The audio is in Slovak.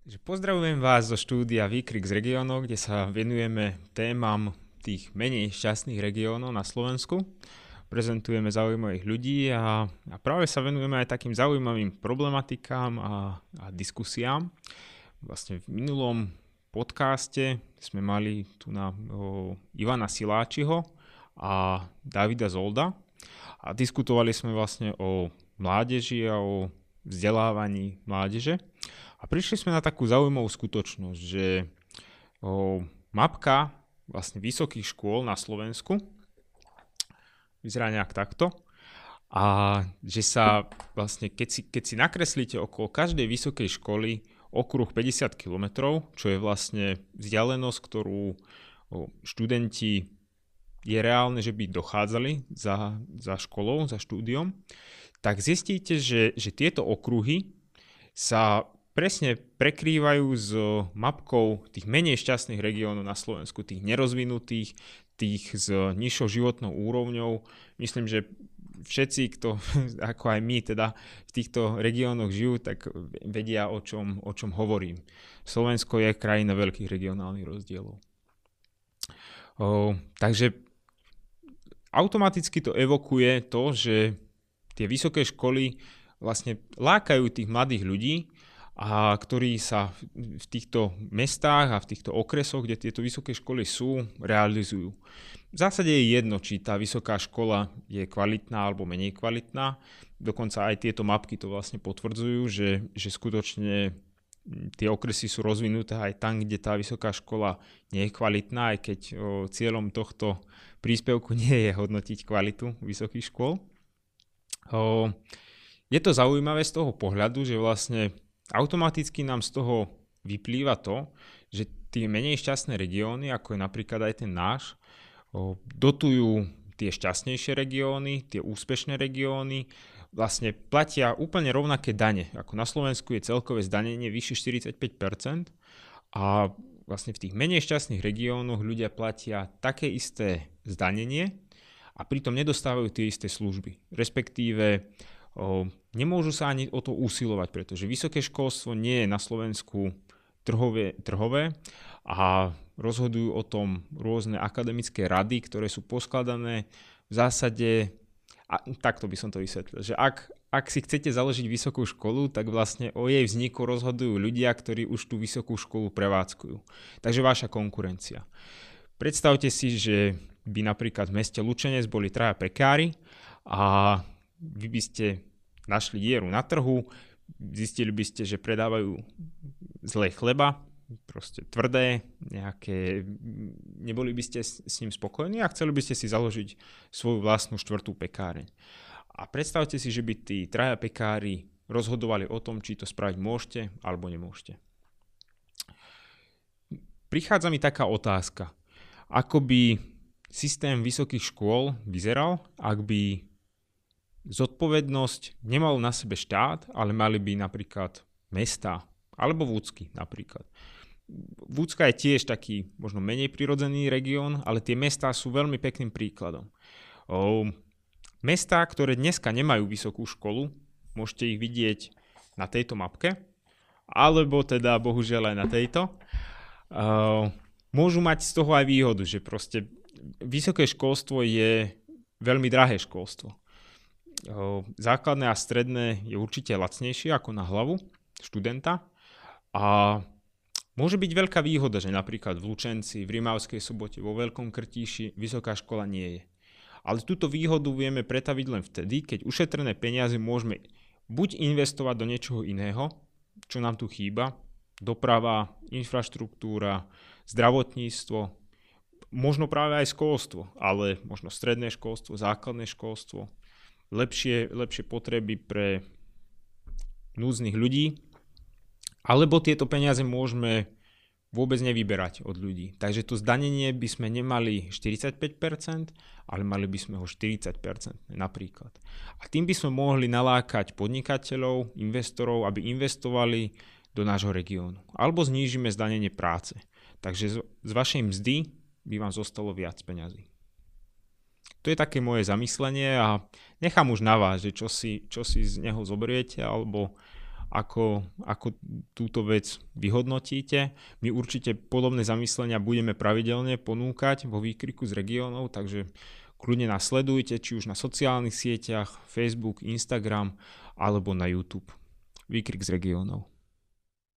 Pozdravujem vás zo štúdia Výkrik z regiónov, kde sa venujeme témam tých menej šťastných regiónov na Slovensku. Prezentujeme zaujímavých ľudí a práve sa venujeme aj takým zaujímavým problematikám a diskusiám. Vlastne v minulom podcaste sme mali tu na Ivana Siláčiho a Davida Zolda a diskutovali sme vlastne o mládeži a o vzdelávaní mládeže. A prišli sme na takú zaujímavú skutočnosť, že mapka vlastne vysokých škôl na Slovensku vyzerá nejak takto a že sa vlastne, keď si nakreslíte okolo každej vysokej školy okruh 50 km, čo je vlastne vzdialenosť, ktorú študenti je reálne, že by dochádzali za školou, za štúdiom, tak zistíte, že tieto okruhy sa presne prekrývajú s mapkou tých menej šťastných regiónov na Slovensku, tých nerozvinutých, tých s nižšou životnou úrovňou. Myslím, že všetci, kto ako aj my teda v týchto regiónoch žijú, tak vedia, o čom hovorím. Slovensko je krajina veľkých regionálnych rozdielov. Takže automaticky to evokuje to, že tie vysoké školy vlastne lákajú tých mladých ľudí, a ktorí sa v týchto mestách a v týchto okresoch, kde tieto vysoké školy sú, realizujú. V zásade je jedno, či tá vysoká škola je kvalitná alebo menej kvalitná. Dokonca aj tieto mapky to vlastne potvrdzujú, že skutočne tie okresy sú rozvinuté aj tam, kde tá vysoká škola nie je kvalitná, aj keď cieľom tohto príspevku nie je hodnotiť kvalitu vysokých škôl. Je to zaujímavé z toho pohľadu, že vlastne automaticky nám z toho vyplýva to, že tie menej šťastné regióny, ako je napríklad aj ten náš, dotujú tie šťastnejšie regióny, tie úspešné regióny, vlastne platia úplne rovnaké dane. Ako na Slovensku je celkové zdanenie vyššie 45% a vlastne v tých menej šťastných regiónoch ľudia platia také isté zdanenie a pritom nedostávajú tie isté služby. Respektíve nemôžu sa ani o to usilovať, pretože vysoké školstvo nie je na Slovensku trhové a rozhodujú o tom rôzne akademické rady, ktoré sú poskladané v zásade, a takto by som to vysvetlil, že ak si chcete založiť vysokú školu, tak vlastne o jej vzniku rozhodujú ľudia, ktorí už tú vysokú školu prevádzkujú. Takže vaša konkurencia. Predstavte si, že by napríklad v meste Lučenec boli traja pekári a vy by ste našli dieru na trhu, zistili by ste, že predávajú zlé chleba, proste tvrdé, neboli by ste s ním spokojní a chceli by ste si založiť svoju vlastnú štvrtú pekáreň. A predstavte si, že by tí traja pekári rozhodovali o tom, či to spraviť môžete alebo nemôžete. Prichádza mi taká otázka, ako by systém vysokých škôl vyzeral, ak by zodpovednosť nemal na sebe štát, ale mali by napríklad mestá, alebo Vúcky napríklad. Vúcka je tiež taký možno menej prirodzený región, ale tie mestá sú veľmi pekným príkladom. Mestá, ktoré dneska nemajú vysokú školu, môžete ich vidieť na tejto mapke, alebo teda bohužiaľ aj na tejto, môžu mať z toho aj výhodu, že proste vysoké školstvo je veľmi drahé školstvo. Základné a stredné je určite lacnejšie ako na hlavu študenta a môže byť veľká výhoda, že napríklad v Lučenci, v Rimavskej Sobote, vo Veľkom Krtíši vysoká škola nie je. Ale túto výhodu vieme pretaviť len vtedy, keď ušetrené peniaze môžeme buď investovať do niečoho iného, čo nám tu chýba, doprava, infraštruktúra, zdravotníctvo, možno práve aj školstvo, ale možno stredné školstvo, základné školstvo, lepšie potreby pre núdznych ľudí, alebo tieto peniaze môžeme vôbec nevyberať od ľudí. Takže to zdanenie by sme nemali 45%, ale mali by sme ho 40% napríklad. A tým by sme mohli nalákať podnikateľov, investorov, aby investovali do nášho regiónu. Alebo znížime zdanenie práce. Takže z vašej mzdy by vám zostalo viac peňazí. To je také moje zamyslenie a nechám už na vás, že čo si z neho zoberiete alebo ako túto vec vyhodnotíte. My určite podobné zamyslenia budeme pravidelne ponúkať vo výkriku z regiónov, takže kľudne nás sledujte, či už na sociálnych sieťach, Facebook, Instagram alebo na YouTube. Výkrik z regiónov.